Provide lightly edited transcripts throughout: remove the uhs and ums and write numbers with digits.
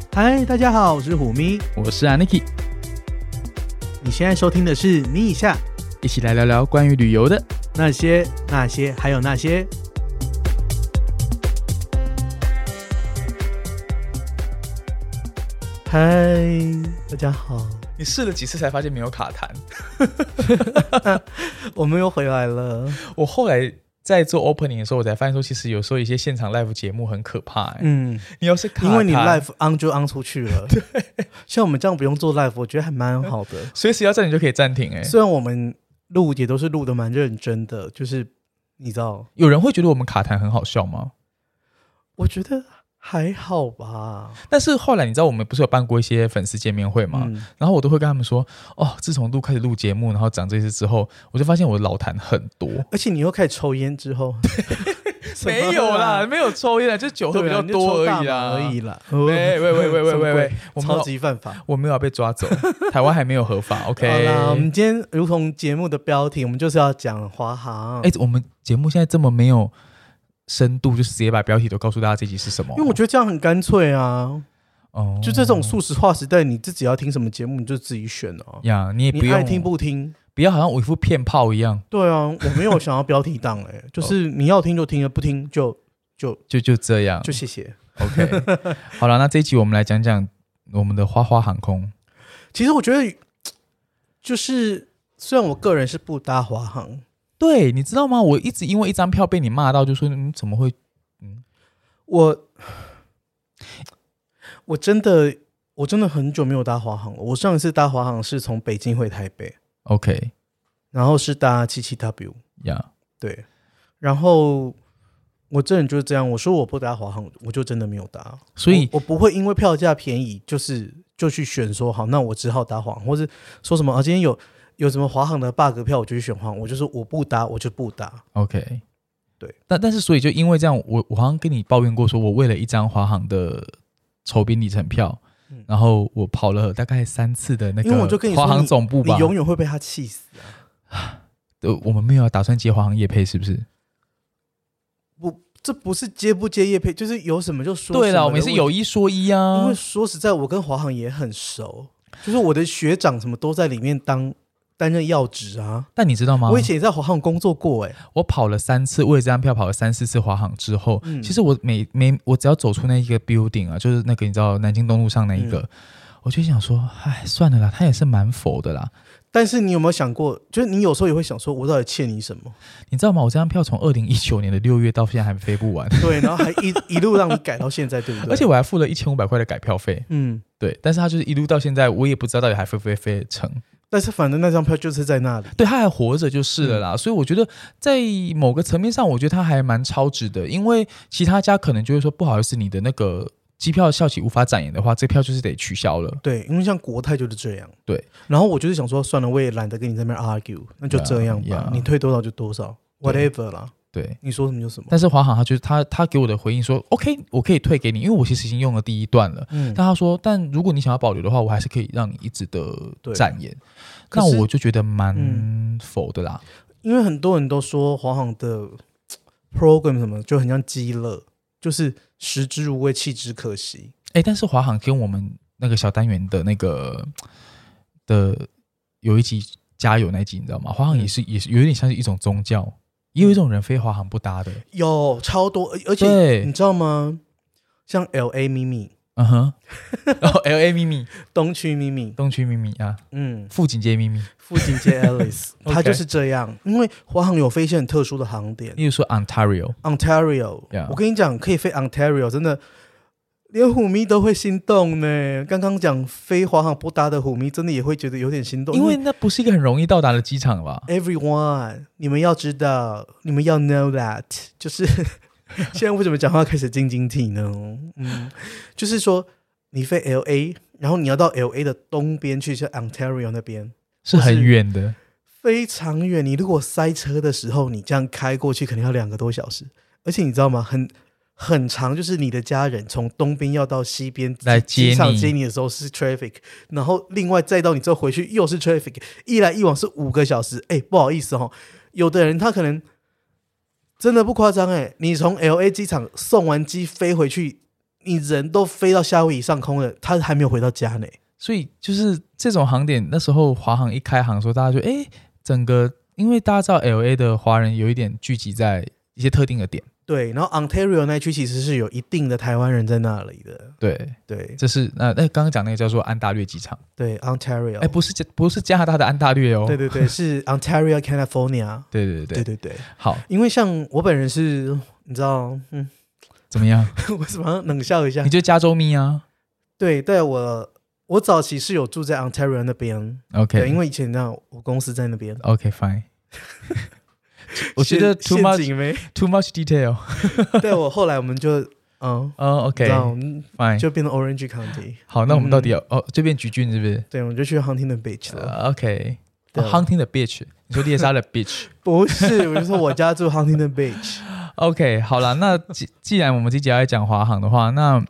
嗨，大家好，我是虎咪， 我是 Aniki， 你现在收听的是咪一下， 一起来聊聊关于旅游的那些还有那些。嗨，大家好， 你试了几次才发现没有卡痰？ 我们又回来了。我后来在做 opening 的时候，我才发现说，其实有时候一些现场 live 节目很可怕。你要是卡痰， 因为你 live on 就 on 出去了。对，像我们这样不用做 live， 我觉得还蛮好的， 随时要暂停就可以暂停。 虽然我们录也都是录的蛮认真的，就是你知道， 有人会觉得我们卡痰很好笑吗？ 我觉得还好吧， 但是后来你知道我们不是有办过一些粉丝见面会吗？然后我都会跟他们说，自从开始录节目，然后长这次之后，我就发现我的老痰很多， 而且你又开始抽烟之后， 没有啦，没有抽烟啦，就是酒喝比较多而已啦。喂， 我超级犯法， 我没有要被抓走，台湾还没有合法。OK， 好啦，我们今天如同节目的标题，我们就是要讲华航。 我们节目现在这么没有深度，就直接把标题都告诉大家这集是什么， 因为我觉得这样很干脆啊。就这种速食化时代，你自己要听什么节目你就自己选呀，你也不用， 你爱听不听， 不要好像我一副骗炮一样。 对啊，我没有想要标题党就是你要听就听，不听就这样， 就谢谢。 OK， 好了，那这一集我们来讲讲我们的花花航空。 其实我觉得，就是虽然我个人是不搭华航。 对，你知道吗？我一直因为一张票被你骂到，就说你怎么会？我真的很久没有搭华航了。我上一次搭华航是从北京回台北 ，OK， 然后是搭77W， 对，然后我这人就是这样，我说我不搭华航，我就真的没有搭， 所以我不会因为票价便宜就去选说好，那我只好搭华航，或是说什么今天有什么华航的 bug 票，我就去选华航，我就说我不搭，我就不搭。 OK， 对， 但是所以就因为这样，我好像跟你抱怨过，说我为了一张华航的酬宾里程票，然后我跑了大概3次的那个华航总部吧， 你永远会被他气死啊！我们没有打算接华航业配，是不是？ 这不是接不接业配，就是有什么就说什么。 对啦，我们是有一说一啊。 因为说实在，我跟华航也很熟，就是我的学长什么都在里面担任要职啊。 但你知道吗？ 我以前也在华航工作过我跑了3次，为了这张票跑了3-4次华航之后，其实我我只要走出那一个 building 啊，就是那个你知道南京东路上那一个，我就想说，算了啦，他也是蛮佛的啦。 但是你有没有想过，就是你有时候也会想说，我到底欠你什么？ 你知道吗？我这张票从2019年的6月到现在还飞不完。 对，然后还一路让你改到现在，对不对？ 而且我还付了1500块的改票费。对，但是他就是一路到现在，我也不知道到底还飞不飞得成。 但是反正那张票就是在那里， 对，他还活着就是了啦。所以我觉得在某个层面上，我觉得他还蛮超值的，因为其他家可能就会说不好意思，你的那个机票效期无法展延的话，这票就是得取消了。 对，因为像国泰就是这样。对，然后我就是想说，算了，我也懒得跟你在那边 argue， 那就这样吧，你退多少就多少 ，whatever 啦。对，你说什么就什么。 但是华航他给我的回应说 ，OK， 我可以退给你，因为我其实已经用了第一段了。但他说，但如果你想要保留的话，我还是可以让你一直的展延。那我就觉得蛮否的啦。 因为很多人都说华航的 program 什么就很像鸡肋，就是食之无味，弃之可惜。 但是华航跟我们那个小单元的那个有一集加油那一集，你知道吗？华航也是有点像是一种宗教。也有一种人非华航不搭的， 有超多，而且你知道吗？像 LA 咪咪 ，LA 咪咪， 东区咪咪啊，富锦街咪咪， 富锦街 Alice， 它就是这样。因为华航有飞一些很特殊的航点， 例如说 Ontario， 我跟你讲，可以飞 Ontario， 真的。连虎咪都会心动呢。刚刚讲飞华航不搭的虎咪，真的也会觉得有点心动， 因为那不是一个很容易到达的机场吧 ？Everyone， 你们要知道，你们要 know that， 就是现在为什么讲话开始晶晶体呢？就是说你飞 LA， 然后你要到 LA 的东边去，像 Ontario 那边是很远的， 非常远。你如果塞车的时候，你这样开过去，可能要2个多小时。而且你知道吗？很长，就是你的家人从东边要到西边来接你的时候是 traffic， 然后另外再到你之后回去又是 traffic， 一来一往是5个小时。不好意思有的人他可能真的不夸张你从 LA 机场送完机飞回去， 你人都飞到夏威夷上空了，他还没有回到家呢。 所以就是这种航点，那时候华航一开航的时候，大家就整个，因为大家知道 LA 的华人有一点聚集在一些特定的点。 对，然后 Ontario 那区其实是有一定的台湾人在那里的。 对对， 这是刚刚讲那个叫做安大略机场。 对 Ontario， 不是加拿大的安大略哦。 对对对，是 Ontario California。 对对对对对对。 好， 因为像我本人是，你知道， 怎么样？ 我怎么冷笑一下？ 你就加州蜜啊？ 对对，我早期是有住在 Ontario 那边。 OK， 对，因为以前我公司在那边。 OK fine。我觉得 too much detail。 对，后来我们就 OK fine， 就变成 Orange County。 好，那我们到底要这边橘郡是不是？ 对，我们就去 Huntington Beach 了。 OK， Huntington Beach， 你说猎杀的 Beach？ 不是，我就说我家住 Huntington Beach。 OK， 好啦，那既然我们这集要来讲华航的话，那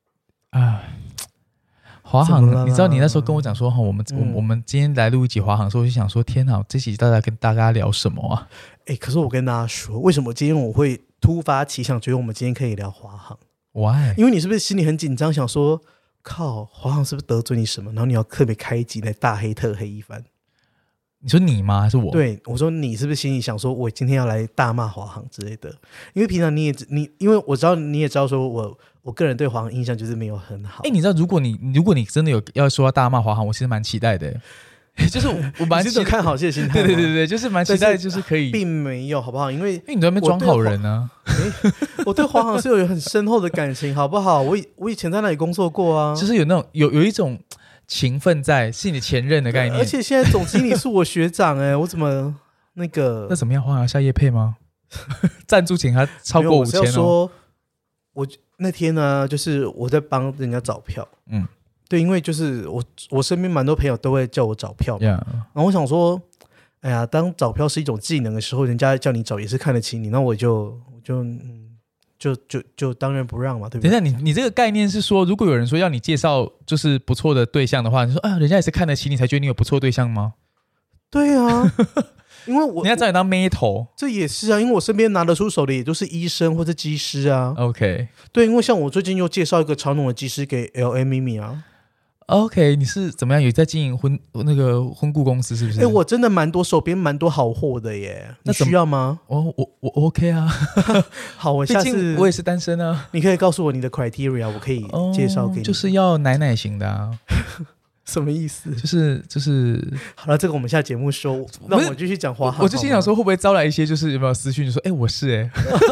华航，你知道你那时候跟我讲说，我们今天来录一集华航的时候，我就想说，天哪，这集跟大家聊什么啊？ 可是我跟大家说，为什么今天我会突发奇想，觉得我们今天可以聊华航 ？Why？ 因为你是不是心里很紧张，想说，靠，华航是不是得罪你什么？然后你要特别开一集来大黑特黑一番。 你说你吗？还是我？ 对，我说你是不是心里想说，我今天要来大骂华航之类的？因为平常因为我知道你也知道，说我个人对华航印象就是没有很好。 你知道，如果你真的有要说要大骂华航，我其实蛮期待的。就是我蛮期待看好戏的心态。 对，就是蛮期待，就是可以， 并没有，好不好？因为你在那边装好人啊。 我对华航是有很深厚的感情，好不好？我以前在那里工作过啊， 就是有那种有一种情分在，是你前任的概念。 而且现在总经理是我学长我怎么那怎么样？华航下业配吗？赞助请他超过5000哦。 说我那天呢，就是我在帮人家找票。对，因为就是我身边蛮多朋友都会叫我找票嘛。然后我想说，哎呀，当找票是一种技能的时候，人家叫你找也是看得起你，那我就当仁不让嘛，对不对？ 等一下，你这个概念是说，如果有人说要你介绍就是不错的对象的话，你说人家也是看得起你才觉得你有不错对象吗？ 对啊，因为人家找你当妹头， 这也是啊，因为我身边拿得出手的也都是医生或者机师啊。 OK， 对，因为像我最近又介绍一个超浓的机师给 LA 咪咪啊。 OK， 你是怎么样有在经营婚顾公司是不是？ 我真的手边蛮多好货的耶，你需要吗？ 我 OK 啊。 好，我下次我也是单身啊。 你可以告诉我你的 criteria， 我可以介绍给你。 就是要奶型的啊。 什么意思？ 就是好了，这个我们下节目说，让我继续讲华航。 我就心想说，会不会招来一些就是有没有私讯就说，我是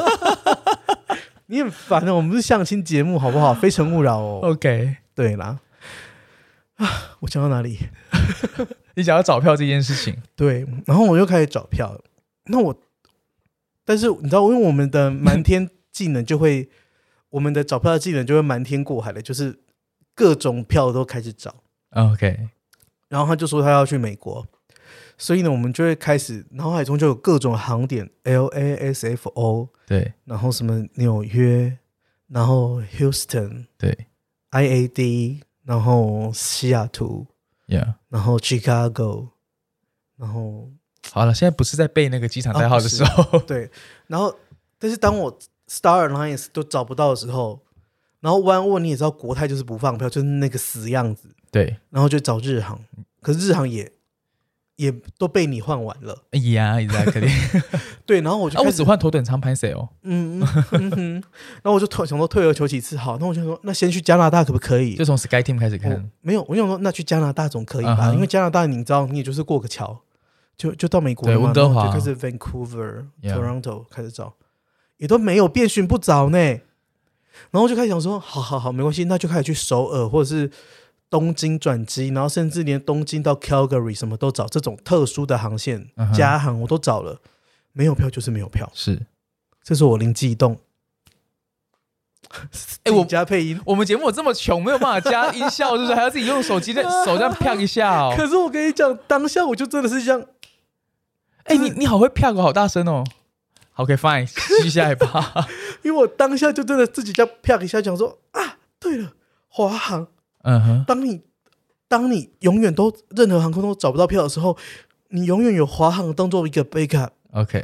你很烦的，我们是相亲节目好不好？非诚勿扰哦。 OK， 对啦。我讲到哪里？ 你讲要找票这件事情。 对，然后我又开始找票。但是你知道，因为我们的瞒天技能就会，我们的找票的技能就会瞒天过海的，就是各种票都开始找。 OK， 然后他就说他要去美国，所以呢，我们就会开始脑海中就有各种航点 ，LASFO， 对， 然后什么纽约，然后 Houston， 对 ，IAD。然后西雅图 ，Yeah， 然后 Chicago， 然后好了，现在不是在背那个机场代号的时候， 对。然后，但是当我 Star Alliance 都找不到的时候，然后Oneworld你也知道国泰就是不放票，就是那个死样子， 对。 然后就找日航，可是日航也都被你换完了， Exactly。 对，然后我就我只换头等舱拍谁哦？ 然后我就想说退而求其次，好，那我就说那先去加拿大可不可以？ 就从 SkyTeam 开始看。 没有，我想说那去加拿大总可以吧？因为加拿大你知道，你也就是过个桥，就到美国了嘛， 对，温哥华就开始 Vancouver、Toronto 开始找，也都没有遍寻不着呢。然后我就开始想说，好，没关系，那就开始去首尔或者是东京转机，然后甚至连东京到 Calgary 什么都找，这种特殊的航线、加航我都找了，没有票就是没有票。 是， 这是我灵机一动。我加配音， 我们节目这么穷，没有办法加音效，就是还要自己用手机的手这样啪一下哦。 可是我跟你讲，当下我就真的是这样。 你好会啪个好大声哦。OK fine， 继续下一趴。 因为我当下就真的自己这样啪一下讲说啊，对了，华航。当你永远任何航空都找不到票的时候，你永远有华航当做一个 backup。 OK，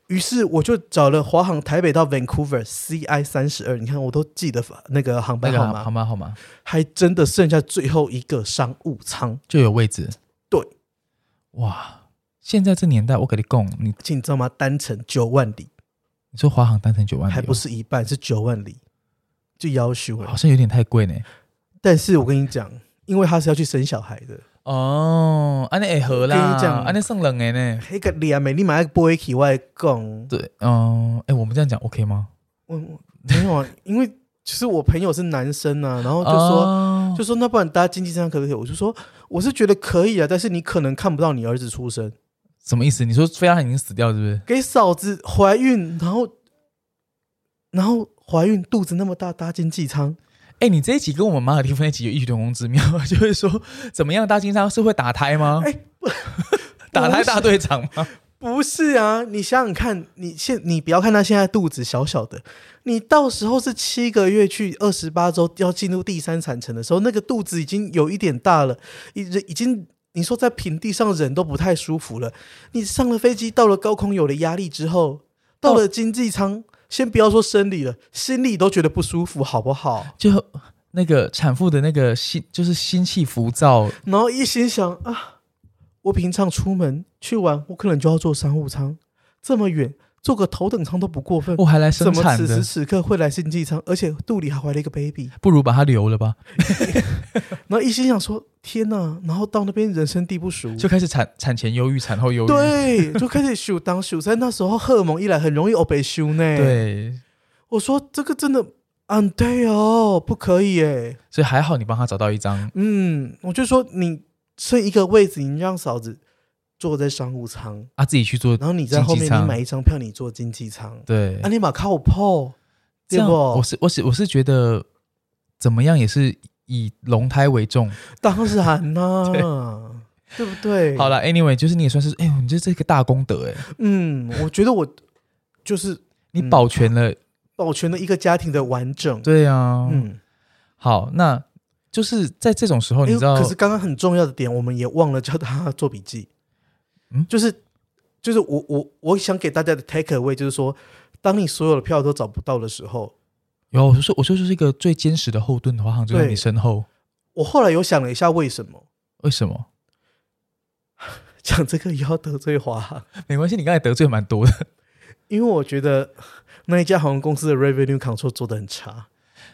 于是我就找了华航台北到 Vancouver CI32，你看我都记得那个航班号码，还真的剩下最后一个商务舱就有位置。 对， 哇！现在这年代，我跟你讲，你知道吗？单程9万里， 你说华航单程9万里， 还不是一半，是9万里，就要求好像有点太贵呢。 但是我跟你讲，因为他是要去生小孩的。 哦，安尼会好啦，跟你讲，安尼算2个呢。 那个脸美，你买个杯起我讲。 对，我们这样讲 OK 吗？ 没有啊，因为其实我朋友是男生啊，然后就说那不然搭经济舱可不可以？我就说我是觉得可以啊，但是你可能看不到你儿子出生。 什么意思？你说菲拉已经死掉是不是？ 给嫂子怀孕，然后怀孕肚子那么大搭经济舱。 你这一集跟我们马尔蒂夫那集有异曲同工之妙，就是说怎么样搭经济舱是会打胎吗？打胎大队长吗？ 不是啊，你想想看，你不要看他现在肚子小小的，你到时候是7个月去28周要进入第3产程的时候，那个肚子已经有一点大了，已经你说在平地上人都不太舒服了。你上了飞机，到了高空有了压力之后，到了经济舱。先不要说生理了，心里都觉得不舒服，好不好？ 就那个产妇的那个就是心气浮躁， 然后一心想啊，我平常出门去玩，我可能就要坐商务舱，这么远，坐个头等舱都不过分。 我还来生产的， 怎么此时此刻会来经济舱，而且肚里还怀了一个 baby， 不如把它留了吧。 然后一心想说天哪，然后到那边人生地不熟， 就开始产前忧郁、产后忧郁， 对，就开始休当休在那时候荷尔蒙一来，很容易被休呢。 对， 我说这个真的对哦，不可以耶。 所以还好你帮他找到一张。 我就说你剩一个位置，你让嫂子坐在商务舱自己去做， 然后你在后面你买一张票，你坐经济舱。 对， 你把靠破，对不？ 我是觉得怎么样也是以龙胎为重， 当然啦，对不对？ 好了 ，anyway， 就是你也算是，你这是一个大功德我觉得我就是你保全了一个家庭的完整。 对啊，好，那就是在这种时候，你知道， 可是刚刚很重要的点，我们也忘了叫他做笔记。就是我想给大家的 take away 就是说，当你所有的票都找不到的时候。 我说就是一个最坚实的后盾的话，好像就在你身后。 我后来有想了一下，为什么？讲这个也要得罪华航？ 没关系，你刚才得罪蛮多的。 因为我觉得那一家航空公司的 revenue control 做得很差。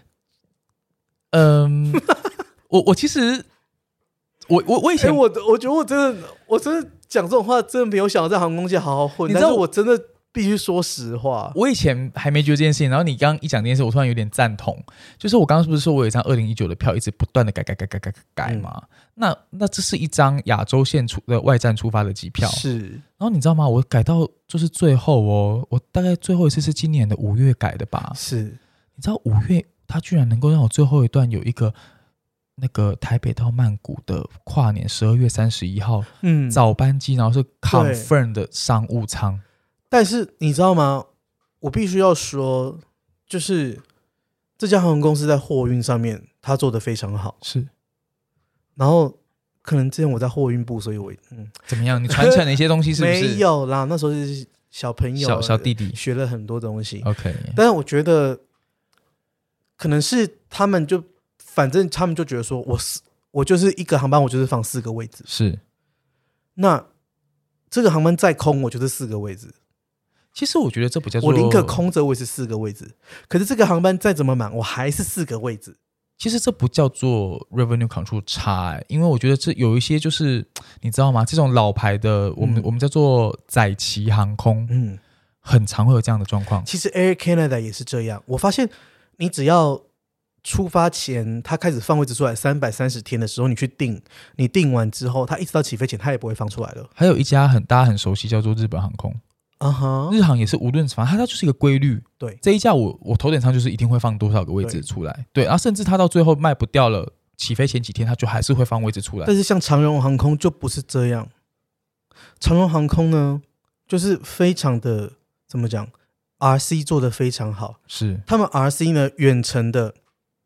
我其实我以前我觉得我真的讲这种话，真的没有想到在航空界好好混。但是我真的必须说实话， 我以前还没觉得这件事情，然后你刚刚一讲这件事，我突然有点赞同。就是我刚刚是不是说我有一张2019的票，一直不断的改嘛？那这是一张亚洲线的外站出发的机票， 是。 然后你知道吗？我改到就是最后我大概最后一次是今年的5月改的吧？ 是。 你知道5月它居然能够让我最后一段有一个那个台北到曼谷的跨年12月31号早班机，然后是 confirm 的商务舱。 但是你知道吗？我必须要说，就是这家航空公司在货运上面，他做得非常好。 是， 然后可能之前我在货运部，所以我怎么样？你传承了一些东西是不是？ 没有啦，那时候是小朋友， 小弟弟学了很多东西。 OK， 但是我觉得可能是他们就反正他们就觉得说我就是一个航班，我就是放4个位置。 是， 那这个航班再空，我就是4个位置。 其实我觉得这不叫做， 我宁可空着我也是4个位置，可是这个航班再怎么满，我还是4个位置。 其实这不叫做 revenue control 差，因为我觉得这有一些就是你知道吗？这种老牌的，我们叫做载旗航空，很常会有这样的状况。 其实 Air Canada 也是这样，我发现你只要出发前他开始放位置出来330天的时候，你去订，你订完之后，他一直到起飞前他也不会放出来了。 还有一家大家很熟悉叫做日本航空。日航也是无论反正它就是一个规律， 对， 这一架我头等舱就是一定会放多少个位置出来，对，然后甚至它到最后卖不掉了，起飞前几天它就还是会放位置出来。 但是像长荣航空就不是这样，长荣航空呢就是非常的怎么讲 ，RC 做得非常好， 是他们 RC 呢远程的，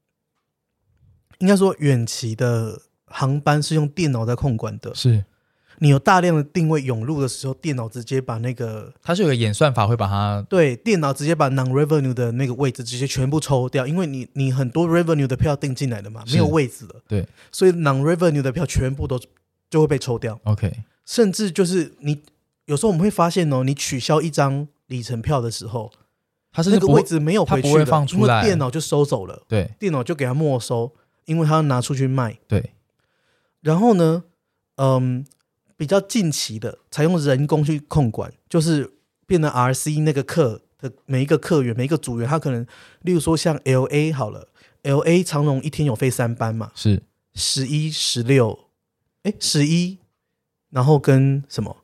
应该说远期的航班是用电脑在控管的， 是。 你有大量的定位涌入的时候，电脑直接把那个它是有个演算法会把它对电脑直接把 non-revenue 的那个位置直接全部抽掉，因为你很多 revenue 的票订进来的嘛，没有位置了， 对， 所以 non-revenue 的票全部都就会被抽掉。 OK， 甚至就是你有时候我们会发现哦，你取消一张里程票的时候， 它是那个位置没有回去的， 它不会放出来， 因为电脑就收走了， 对， 电脑就给它没收，因为它要拿出去卖， 对。 然后呢，比较近期的采用人工去控管，就是变成 RC 那个课的每一个课员、每一个组员，他可能，例如说像 LA 好了 ，LA 长荣一天有飞3班嘛， 是 11、11，然后跟什么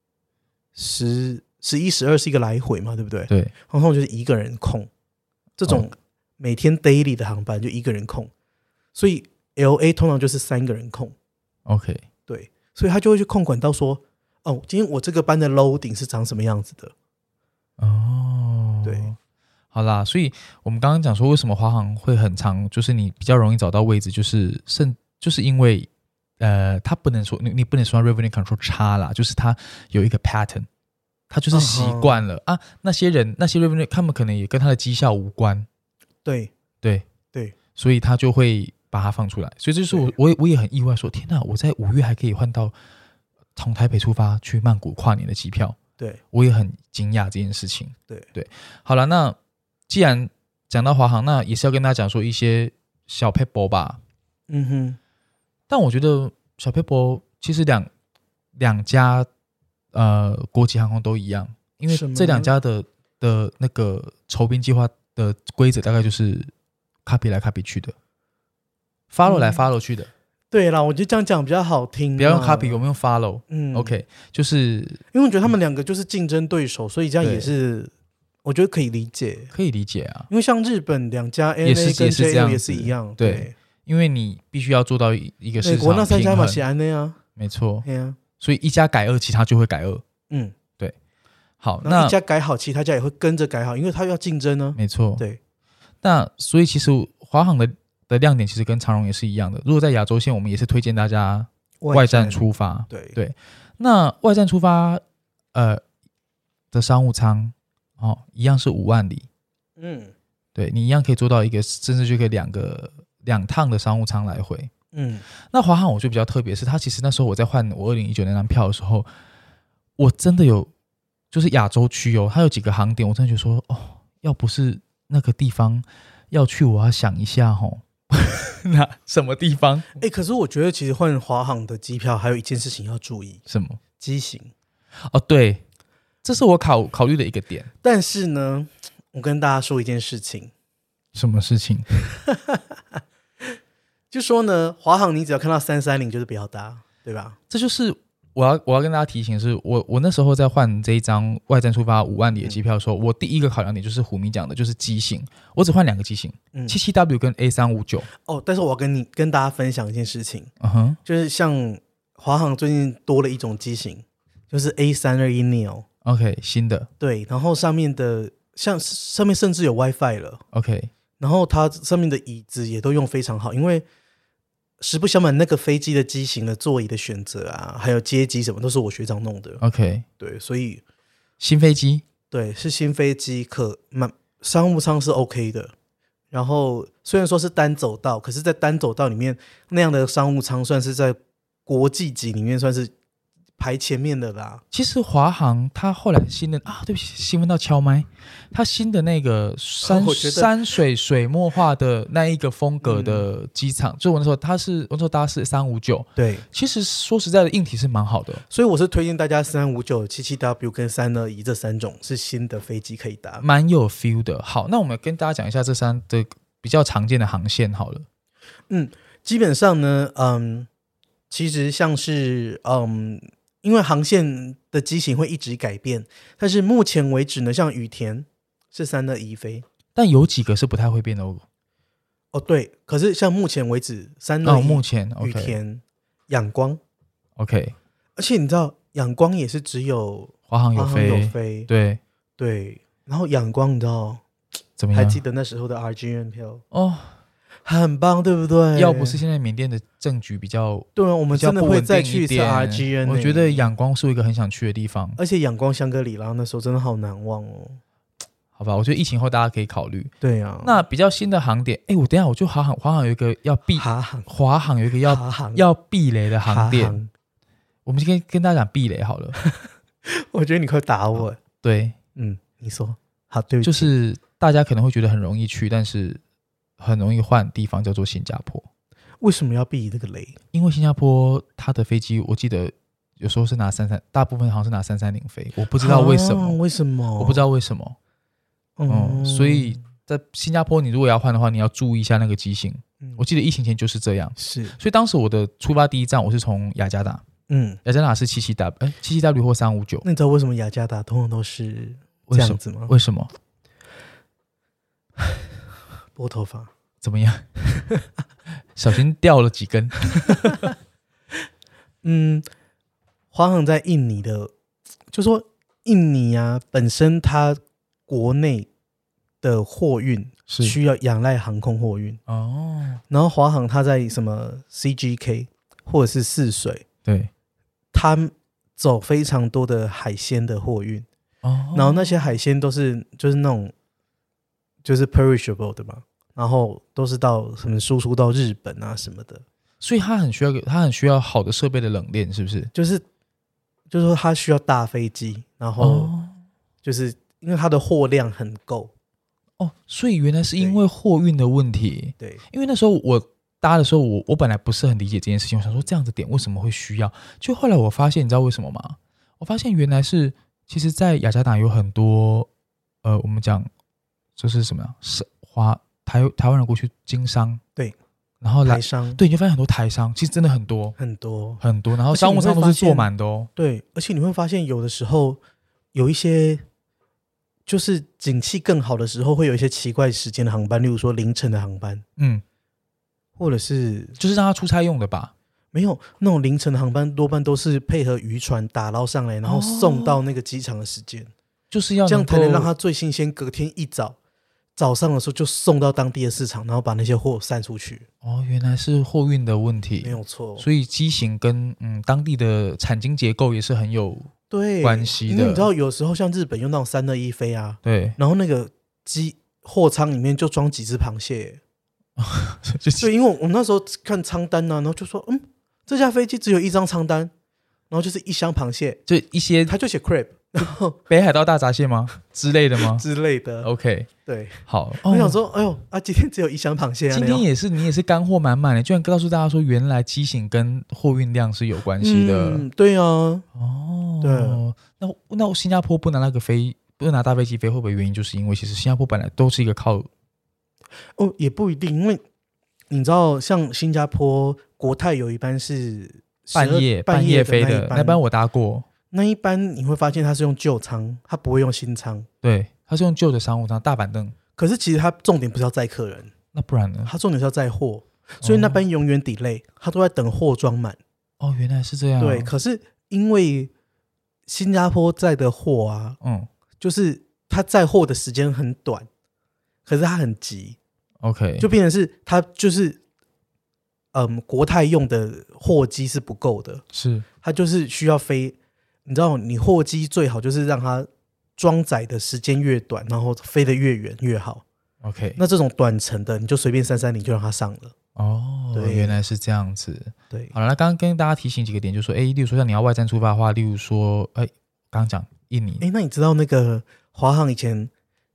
11、12是一个来回嘛，对不对？ 对， 然后就是一个人控，这种每天 daily 的航班就一个人控，所以 LA 通常就是3个人控。 OK， 对，所以他就会去控管到说，哦，今天我这个班的 loading 是长什么样子的。 哦， 对， 好啦，所以我们刚刚讲说，为什么华航会很长，就是你比较容易找到位置，就是因为它不能说你不能说 revenue control 差啦，就是它有一个 pattern， 它就是习惯了啊。那些 revenue 他们可能也跟他的绩效无关， 对， 所以他就会把它放出来。所以这就是我也很意外说，天哪，我在5月还可以换到从台北出发去曼谷跨年的机票。 对， 我也很惊讶这件事情。 对， 好了，那既然讲到华航，那也是要跟大家讲说一些小撇步吧。 嗯哼， 但我觉得小撇步其实两家国际航空都一样，因为这两家的那个筹编计划的规则大概就是 copy 来 copy 去的，follow 来 follow 去的。 对啦，我觉得这样讲比较好听。 不要用 copy， 我们用 follow。OK， 就是因为我觉得他们两个就是竞争对手，所以这样也是我觉得可以理解， 可以理解啊。 因为像日本两家 ANA 跟 JL 也是一样， 对，因为你必须要做到一个市场平衡。美国那3家嘛是 ANA 啊， 没错， 对啊， 所以一家改2，其他就会改2。对。好，那一家改好，其他家也会跟着改好，因为他要竞争呢。 没错， 对。 那所以其实华航的亮点其实跟长荣也是一样的。如果在亚洲线，我们也是推荐大家外站出发。对，那外站出发的商务舱一样是5万里。对，你一样可以做到一个，甚至就可以2趟的商务舱来回。那华航我觉得比较特别是，它其实那时候我在换我2019那张票的时候，我真的有就是亚洲区它有几个航点，我真的觉得说要不是那个地方要去，我要想一下那什么地方？ 可是我觉得其实换华航的机票还有一件事情要注意， 什么？ 机型。 对，这是我考虑的一个点。 但是呢，我跟大家说一件事情。 什么事情？ 就说呢，华航你只要看到330就是不要搭，对吧？ 这就是我要跟大家提醒的是，我那时候在换这一张外站出发5万里的机票的时候，我第一个考量点就是虎迷讲的，就是机型，我只换2个机型，77W 跟 A359。 但是我要跟大家分享一件事情，就是像华航最近多了一种机型，就是 A321neo。OK， 新的。 对，然后上面甚至有 WiFi 了。 OK， 然后它上面的椅子也都用非常好，因为实不相瞒，那个飞机的机型的座椅的选择啊，还有接机什么，都是我学长弄的。 OK， 对，所以新飞机， 对，是新飞机，商务舱是 OK 的。然后虽然说是单走道，可是在单走道里面那样的商务舱，算是在国际级里面算是排前面的啦。 其实华航它后来新的对不起，兴奋到敲麦，它新的那个山水水墨画的那一个风格的机场，就我那时候搭是359。对，其实说实在的，硬体是蛮好的， 所以我是推荐大家359、77W 跟321这3种是新的飞机可以搭， 蛮有 feel 的。好，那我们跟大家讲一下这3的比较常见的航线好了。 基本上呢，其实像是因为航线的机型会一直改变，但是目前为止呢，像羽田是321飞， 但有几个是不太会变的对，可是像目前为止321 目前羽田、仰光 OK， 而且你知道仰光也是只有华航有飞， 对，然后仰光你知道怎么样？ 还记得那时候的 RGN 票很棒，对不对？ 要不是现在缅甸的政局比较对啊，我们真的会再去一次 RGN。 我觉得仰光是一个很想去的地方， 而且仰光香格里拉那时候真的好难忘哦。 好吧，我觉得疫情后大家可以考虑。 对啊， 那比较新的航点，我等一下我就华航有一个要避华航有一个要避雷的航点，我们先跟大家讲避雷好了。 我觉得你快打我。 对， 你说好，对不起， 就是大家可能会觉得很容易去，但是很容易换地方，叫做新加坡。 为什么要避这个雷？ 因为新加坡它的飞机，我记得有时候是拿33，大部分好像是拿330飞，我不知道为什么。 为什么？ 我不知道为什么。所以在新加坡，你如果要换的话，你要注意一下那个机型。我记得疫情前就是这样。 是， 所以当时我的出发第一站我是从雅加达。雅加达是77W 或359。 那你知道为什么雅加达通常都是这样子吗？ 为什么？ 拨头发怎么样？小心掉了几根。 华航在印尼的，就说印尼啊，本身它国内的货运是需要仰赖航空货运然后华航它在什么 CGK 或者是泗水， 对， 它走非常多的海鲜的货运然后那些海鲜都是就是那种就是 perishable 的嘛，然后都是到什么输出到日本啊什么的， 所以它很需要好的设备的冷链，是不是？就是说它需要大飞机，然后就是因为它的货量很够所以原来是因为货运的问题。 对， 因为那时候我搭的时候，我本来不是很理解这件事情，我想说这样的点为什么会需要，就后来我发现，你知道为什么吗？我发现原来是其实在雅加达有很多我们讲就是什么呀，台湾人过去经商， 对， 然后台商， 对，你就发现很多台商，其实真的很多，然后商务舱都是坐满的对，而且你会发现有的时候有一些就是景气更好的时候，会有一些奇怪时间的航班，例如说凌晨的航班，或者是就是让他出差用的吧。 没有，那种凌晨的航班多半都是配合渔船打捞上来，然后送到那个机场的时间， 就是要这样才能让它最新鲜，隔天一早上的时候就送到当地的市场，然后把那些货散出去。 原来是货运的问题， 没有错。所以机型跟当地的产经结构也是很有关系的。 因为你知道，有时候像日本用那种321飞啊， 对， 然后那个货舱里面就装几只螃蟹。对，因为我那时候看舱单啊，然后就说，这架飞机只有一张舱单，然后就是一箱螃蟹， 就一些， 他就写 crab， 然后北海道大闸蟹吗之类的吗？ 之类的。 OK， 对， 好。 我想说，今天只有一箱螃蟹今天你也是干货满满的，居然告诉大家说，原来机型跟货运量是有关系的。 对啊， 对。那新加坡不拿大飞机飞，会不会原因就是因为其实新加坡本来都是一个靠也不一定，因为你知道，像新加坡国泰有一班是半夜飞的那班，我搭过。 那一班你会发现它是用旧舱，它不会用新舱。 对，它是用旧的商务舱，大板凳。 可是其实它重点不是要载客人， 那不然呢？ 它重点是要载货，所以那班永远 delay，它都在等货装满。 原来是这样。 对，可是因为新加坡载的货啊，就是它载货的时间很短，可是它很急。 OK， 就变成是它就是国泰用的货机是不够的， 是它就是需要飞。你知道，你货机最好就是让它装载的时间越短，然后飞得越远越好。 OK， 那这种短程的，你就随便330就让它上了。 对，原来是这样子。 对， 好了，那刚刚跟大家提醒几个点，就是说，例如说像你要外站出发的话，例如说，刚刚讲印尼， 那你知道那个华航以前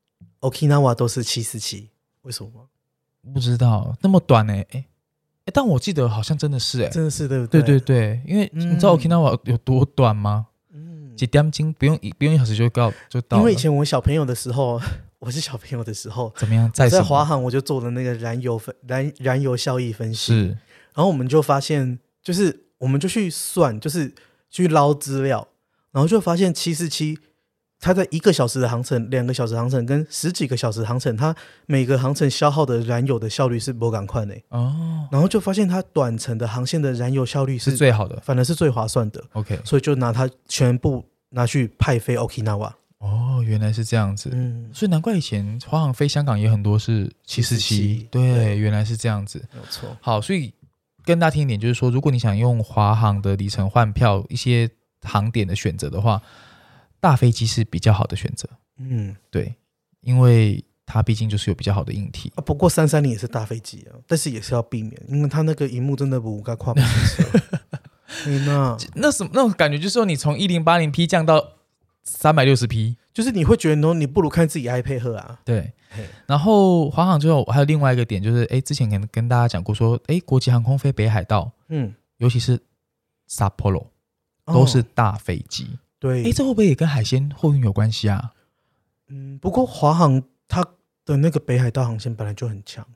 Okinawa 都是747，为什么吗？ 不知道，那么短但我记得好像真的是真的是对不对？ 对对对，因为你知道 Okinawa 有多短吗？几点钟不用1小时就到了。 因为以前我小朋友的时候， 怎么样？ 在华航我就做了那个燃油效益分析， 是， 然后我们就发现，就是我们就去算，就是去捞资料，然后就发现747。它在1个小时的航程、2个小时航程跟10几个小时航程，它每个航程消耗的燃油的效率是不赶快的然后就发现它短程的航线的燃油效率是最好的， 反而是最划算的。 OK， 所以就拿它全部拿去派飞 Okinawa。 哦，原来是这样子。所以难怪以前华航飞香港也很多是747，对，原来是这样子， 没有错。 好，所以跟大家听一点，就是说，如果你想用华航的里程换票，一些航点的选择的话，大飞机是比较好的选择。对，因为它毕竟就是有比较好的硬体。 不过330也是大飞机啊，但是也是要避免，因为它那个萤幕真的不该跨不行车。 那种感觉就是说，你从 1080p 降到360p， 就是你会觉得你不如看自己 iPad 喝啊。 对，然后华航最后还有另外一个点，就是之前可能跟大家讲过说，国际航空飞北海道，尤其是 Sapporo 都是大飞机。 对， 这会不会也跟海鲜货运有关系啊？ 不过华航它的那个北海道航线本来就很强。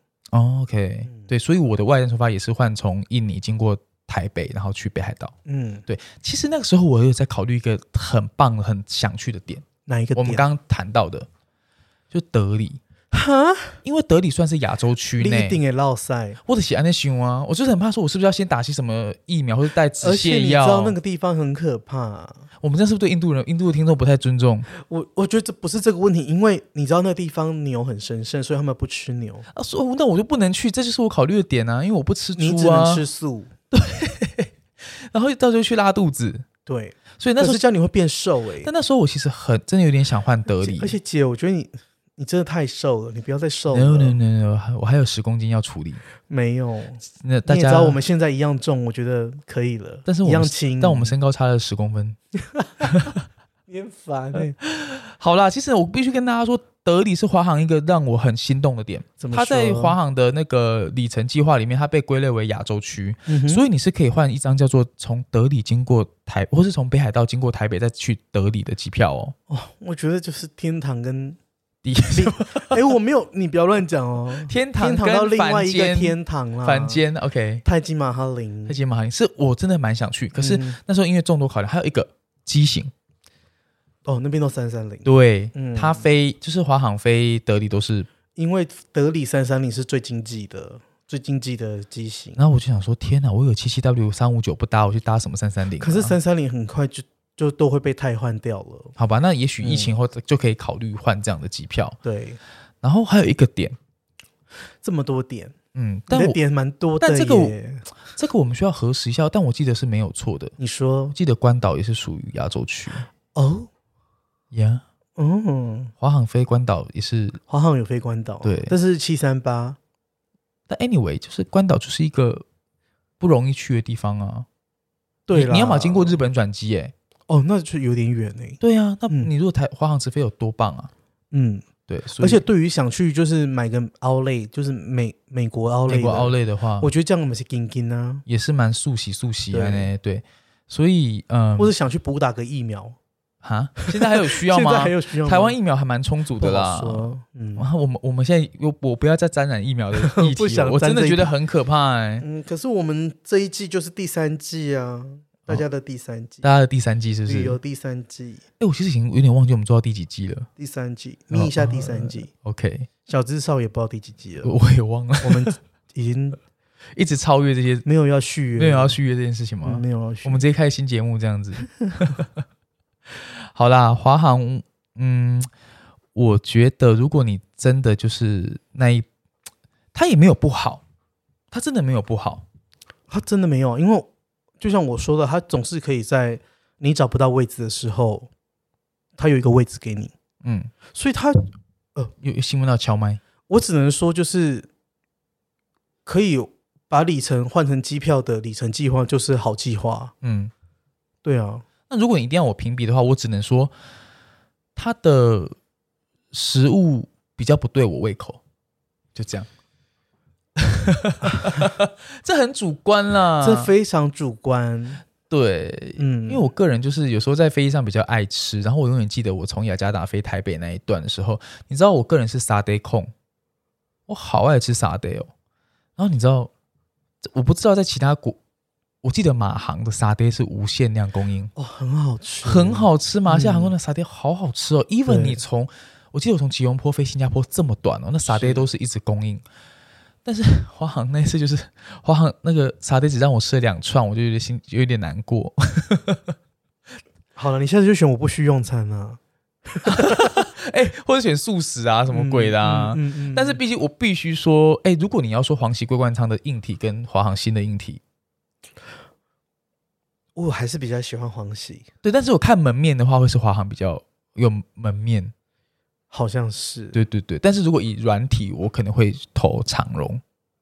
OK，对，所以我的外站出发也是换从印尼经过台北，然后去北海道。对，其实那个时候我有在考虑一个很棒、很想去的点。 哪一个点？ 我们刚刚谈到的，就德里。因为德里算是亚洲区内， 你一定会落塞。 我的喜安那想啊，我就是很怕说，我是不是要先打些什么疫苗或者带止泻药？ 而且你知道那个地方很可怕。 我们这是不是对印度的听众不太尊重？ 我觉得这不是这个问题，因为你知道那个地方牛很神圣，所以他们不吃牛啊。那我就不能去，这就是我考虑的点啊，因为我不吃猪啊， 你只能吃素。 对，然后到时候去拉肚子。 对， 所以那时候可是这样你会变瘦但那时候我其实真的有点想换德里。 而且姐，我觉得你真的太瘦了，你不要再瘦了。 No， 我还有10公斤要处理。 没有， 那大家你也知道我们现在一样重，我觉得可以了。 但是一样轻， 但我们身高差了10公分。 你很烦好啦，其实我必须跟大家说，德里是华航一个让我很心动的点。它在华航的那个里程计划里面，它被归类为亚洲区，所以你是可以换一张叫做从德里经过或是从北海道经过台北再去德里的机票哦。 我觉得就是天堂跟我没有，你不要乱讲哦。 天堂到另外一个天堂啦， 凡间 OK。 泰姬玛哈陵是我真的蛮想去，可是那时候因为众多考量，还有一个机型。 那边都330。 对，它飞就是华航飞德里都是， 因为德里330是最经济的机型。 然后我就想说，天哪，我有77W359不搭，我去搭什么330？ 可是330很快就都会被汰换掉了。 好吧，那也许疫情后就可以考虑换这样的机票。 对， 然后还有一个点， 这么多点， 但我点蛮多的。 但这个我们需要核实一下，但我记得是没有错的。 你说， 记得关岛也是属于亚洲区哦。 呀，华航飞关岛也是， 华航有飞关岛， 对， 但是738。 但 anyway， 就是关岛就是一个不容易去的地方啊。 对啦， 你要么经过日本转机那就有点远对啊，那你如果华航直飞有多棒啊？对， 而且对于想去就是买个 outlet， 就是美国 outlet 的话， 我觉得这样我们是金金啊， 也是蛮速洗对，所以或者想去补打个疫苗。 现在还有需要吗？ 现在还有需要吗？ 台湾疫苗还蛮充足的啦。我们现在我不要再沾染疫苗的议题了，我真的觉得很可怕可是我们这一季就是第3季啊，大家的第3季， 大家的第3季是不是？ 旅游第3季。 我其实已经有点忘记我们做到第几季了。 第3季，眯一下第3季。 OK， 小资少也不知道第几季了， 我也忘了。 我们已经一直超越这些， 没有要续约这件事情吗？ 没有要续约。 我们直接开新节目这样子。好啦，华航，我觉得如果你真的就是它也没有不好，它真的没有不好， 它真的没有，因为就像我说的，它总是可以在你找不到位置的时候，它有一个位置给你，所以它有新闻到敲麦， 我只能说就是可以把里程换成机票的里程计划就是好计划，对啊。 那如果你一定要我评比的话，我只能说它的食物比较不对我胃口，就这样。这很主观啦， 这非常主观。 对，因为我个人就是有时候在飞机上比较爱吃，然后我永远记得我从雅加达飞台北那一段的时候，你知道我个人是沙爹控，我好爱吃沙爹哦。然后你知道，我不知道在其他国。我记得马航的沙爹是无限量供应， 很好吃， 很好吃。马来西亚航空的沙爹好好吃哦，even 我记得我从吉隆坡飞新加坡这么短那沙爹都是一直供应。但是华航那一次就是华航那个沙爹只让我吃了2串，我就有点难过。 好了，你下次就选我不需用餐啊。 或者选素食啊，什么鬼的啊。但是毕竟我必须说，如果你要说黄旗桂冠仓的硬体跟华航新的硬体， 我还是比较喜欢黄旗。 对，但是我看门面的话，会是华航比较有门面， 好像是。 对对对，但是如果以软体，我可能会投长荣。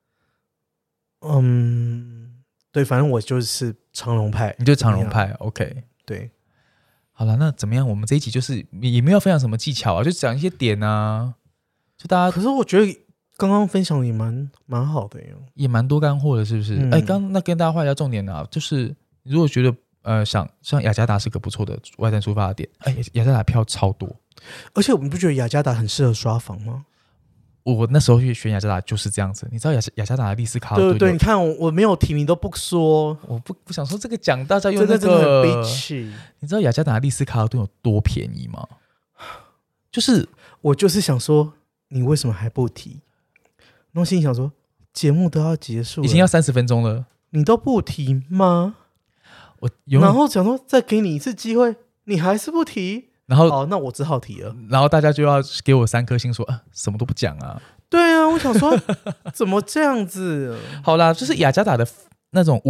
对，反正我就是长荣派。 你就长荣派 ，OK。 对， 好了，那怎么样？我们这一集就是也没有分享什么技巧啊，就讲一些点啊，就大家。 可是我觉得刚刚分享也蛮好的哟， 也蛮多干货的，是不是？那跟大家画一下重点啊，就是如果觉得像雅加达是个不错的外站出发的点，雅加达票超多， 而且我们不觉得雅加达很适合刷房吗？ 我那时候去选雅加达就是这样子，你知道雅加达的丽思卡尔顿， 对，你看我没有提，你都不说， 我不想说这个讲，大家用这个真的很悲戚。 你知道雅加达的丽思卡尔顿有多便宜吗？就是我就是想说，你为什么还不提？然后心里想说，节目都要结束了， 已经要30分钟了， 你都不提吗？然后想说再给你一次机会，你还是不提。 然后那我只好提了。 然后大家就要给我3颗星说，什么都不讲啊。 对啊，我想说怎么这样子？ 好啦，就是雅加达的那种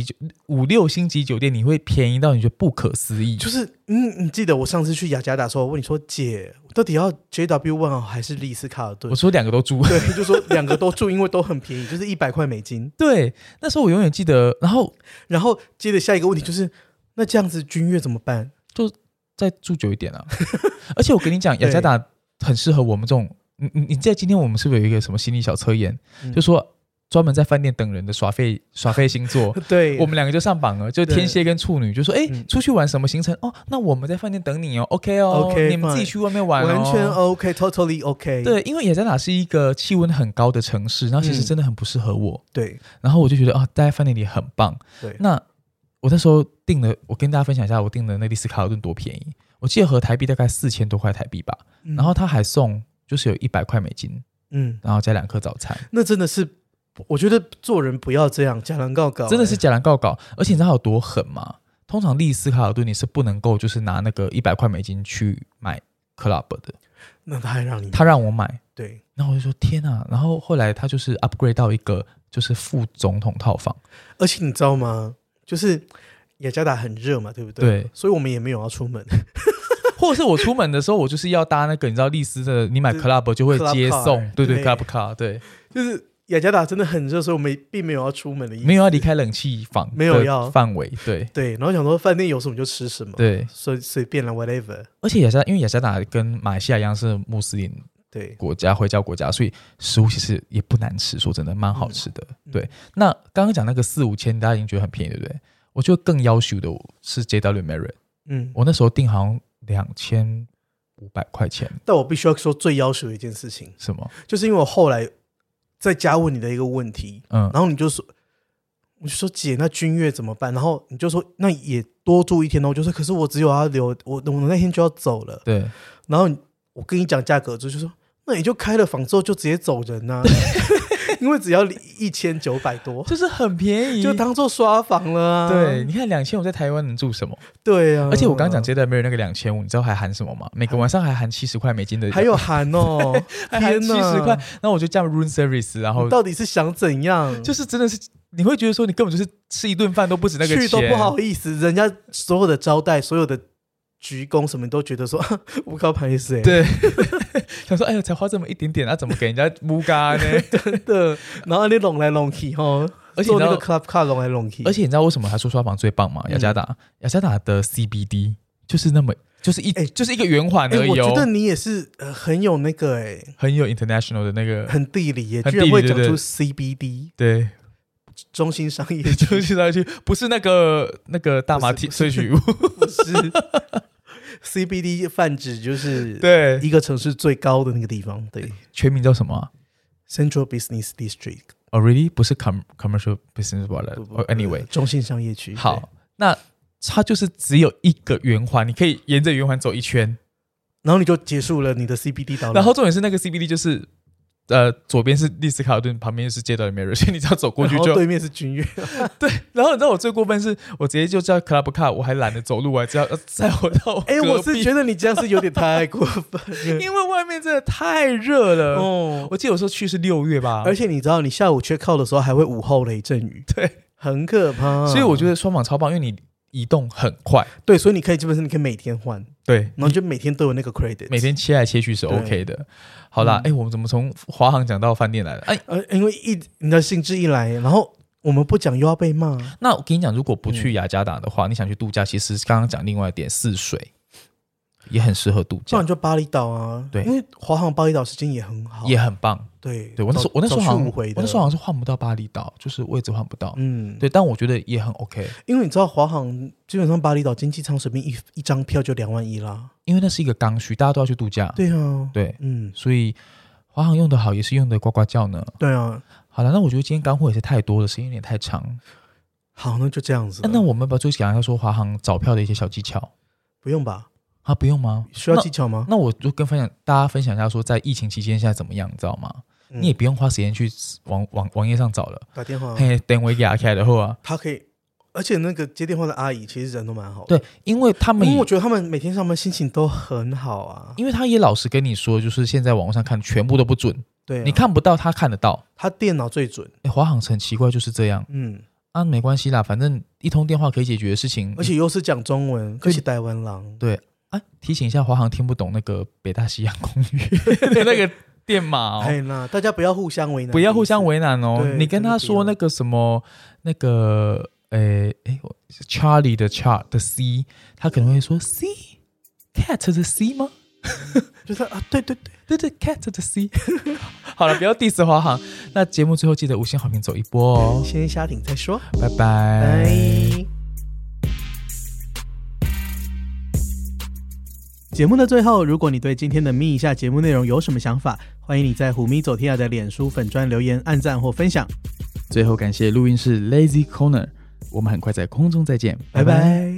5、6星级酒店，你会便宜到你觉得不可思议。 就是你记得我上次去雅加达的时候，我问你说，姐，我到底要 JW1 还是丽思卡尔顿？ 我说2个都住， 对，就说2个都住，因为都很便宜，就是100块美金。 对，那时候我永远记得。然后接着下一个问题就是，那这样子君悦怎么办？ 就再住久一点啊！而且我跟你讲，雅加达很适合我们这种。你记得今天我们是不是有一个什么心理小测验，就说专门在饭店等人的耍废星座？ 对， 我们2个就上榜了，就天蝎跟处女，就说出去玩什么行程哦？那我们在饭店等你哦 ，OK 哦 ，OK， 你们自己去外面玩哦， 完全 OK，totally OK。 对，因为雅加达是一个气温很高的城市，然后其实真的很不适合我。 对， 然后我就觉得待在饭店里很棒。 对， 那我那时候订了，我跟大家分享一下，我订的那丽思卡尔顿多便宜，我记得合台币大概4000多块台币吧，然后他还送就是有100块美金，然后加2颗早餐。 那真的是，我觉得做人不要这样假狼告告， 真的是假狼告告。而且你知道有多狠吗？通常丽思卡尔顿你是不能够就是拿那个100块美金去买 club 的。 那他还让你， 他让我买， 对， 然后我就说天啊！然后后来他就是 upgrade 到一个就是副总统套房， 而且你知道吗？就是雅加达很热嘛，对不对？ 对， 所以我们也没有要出门， 或者是我出门的时候，我就是要搭那个你知道丽思的，你买 club 就会接送，对 club car， 对， 就是雅加达真的很热，所以我们并没有要出门的意思， 没有要离开冷气房， 没有要范围，对对。然后想说饭店有什么就吃什么， 对， 随便了 whatever。 而且因为雅加达跟马来西亚一样是穆斯林国家回教国家，所以食物其实也不难吃，说真的蛮好吃的。对，那刚刚讲那个4、5千，大家已经觉得很便宜，对不对？我觉得更要求的是 JW Marriott，我那时候订好像2500块钱。 但我必须要说最要求的一件事情， 什么？ 就是因为我后来再加问你的一个问题，然后你就说，我就说姐，那君悦怎么办？然后你就说那也多住1天哦。我就说可是我只有要留我那天就要走了。 对， 然后我跟你讲价格就说，那你就开了房之后就直接走人啊。因为只要1900多， 就是很便宜， 就当做刷房了啊。 对，你看2500我在台湾能住什么？ 对啊， 而且我刚刚讲JW Marriott那个2500，你知道还含什么吗？每个晚上还含70块美金的， 还有含哦， 还含70块。然后我就这样 room service， 然后你到底是想怎样？ 就是真的是你会觉得说你根本就是吃一顿饭都不止那个钱， 去都不好意思，人家所有的招待，所有的鞠躬什么都觉得说我靠拍谁？ 对，想说哎呦才花这么一点点，怎么给人家木嘎呢？ 真的，然后你弄来弄去而且做那个 club car 弄来弄去。 而且你知道为什么他说刷房最棒吗？雅加达的 CBD 就是那么就是一个圆环而已。 我觉得你也是很有那个很有 international 的那个， 很地理耶，居然会讲出 CBD。 对。 中心商业区，中心商业区不是那个大麻萃取物， 不是CBD 泛指就是对一个城市最高的那个地方，对， 全名叫什么 ？Central Business District。 Oh really？ 不是 Commercial Business Anyway， 中心商业区。 好，那它就是只有一个圆环，你可以沿着圆环走1圈， 然后你就结束了你的 CBD 导览。 然后重点是那个 CBD 就是左边是丽思卡尔顿，旁边是街道的 Marriott， 所以你只要走过去就， 然后对面是君悦。 对，然后你知道我最过分是，我直接就叫 Club Car， 我还懒得走路，我还只要载我到我隔壁。 我是觉得你这样是有点太过分， 因为外面真的太热了。我记得有时候去是6月吧， 而且你知道，你下午check out的时候还会午后雷阵雨， 对， 很可怕。 所以我觉得双访超棒，因为你移动很快， 对，所以你可以基本上你可以每天换， 对， 然后就每天都有那个 credit， 每天切来切去是 OK 的。好啦，我们怎么从华航讲到饭店来了？ 因为你的兴致一来，然后我们不讲又要被骂。 那我跟你讲，如果不去雅加达的话，你想去度假，其实刚刚讲另外一点，泗水也很适合度假。 不然就巴厘岛啊，对，因为华航巴厘岛时间也很好， 也很棒。 对， 我那时候好像是换不到巴厘岛，就是位置换不到。对，但我觉得也很 OK。 因为你知道华航基本上巴厘岛经济舱随便一张票就2万1啦， 因为那是一个刚需，大家都要去度假。 对啊， 对，所以华航用的好，也是用的呱呱叫呢。 对啊， 好了，那我觉得今天干货也是太多了，时间有点太长。 好，那就这样子。 那我们要不要就讲一下说华航找票的一些小技巧？ 不用吧？ 不用吗？ 需要技巧吗？ 那我就跟大家分享一下说，在疫情期间现在怎么样，你知道吗？你也不用花时间去网页上找了， 打电话， 电话给他开的话， 他可以，而且那个接电话的阿姨其实人都蛮好的。对，因为我觉得他们每天上班心情都很好啊。 因为他也老实跟你说，就是现在网络上看全部都不准， 对， 你看不到，他看得到， 他电脑最准。 华航很奇怪，就是这样。没关系啦，反正一通电话可以解决的事情， 而且又是讲中文，可是台湾人。 对。提醒一下，华航听不懂那个北大西洋公寓的那个电码哦。大家不要互相为难， 不要互相为难哦。你跟他说那个什么那个Charlie 的 Char 的 C， 他可能会说 C Cat 的 C 吗？ 就是对 Cat 的 C。好了，不要 diss 华航。那节目最后记得5星好评走一波哦。 先下艇再说， 拜拜。 节目的最后，如果你对今天的咪一下节目内容有什么想法，欢迎你在虎咪走天涯的脸书粉专留言、按赞或分享。 最后感谢录音室 Lazy Corner， 我们很快在空中再见，拜拜。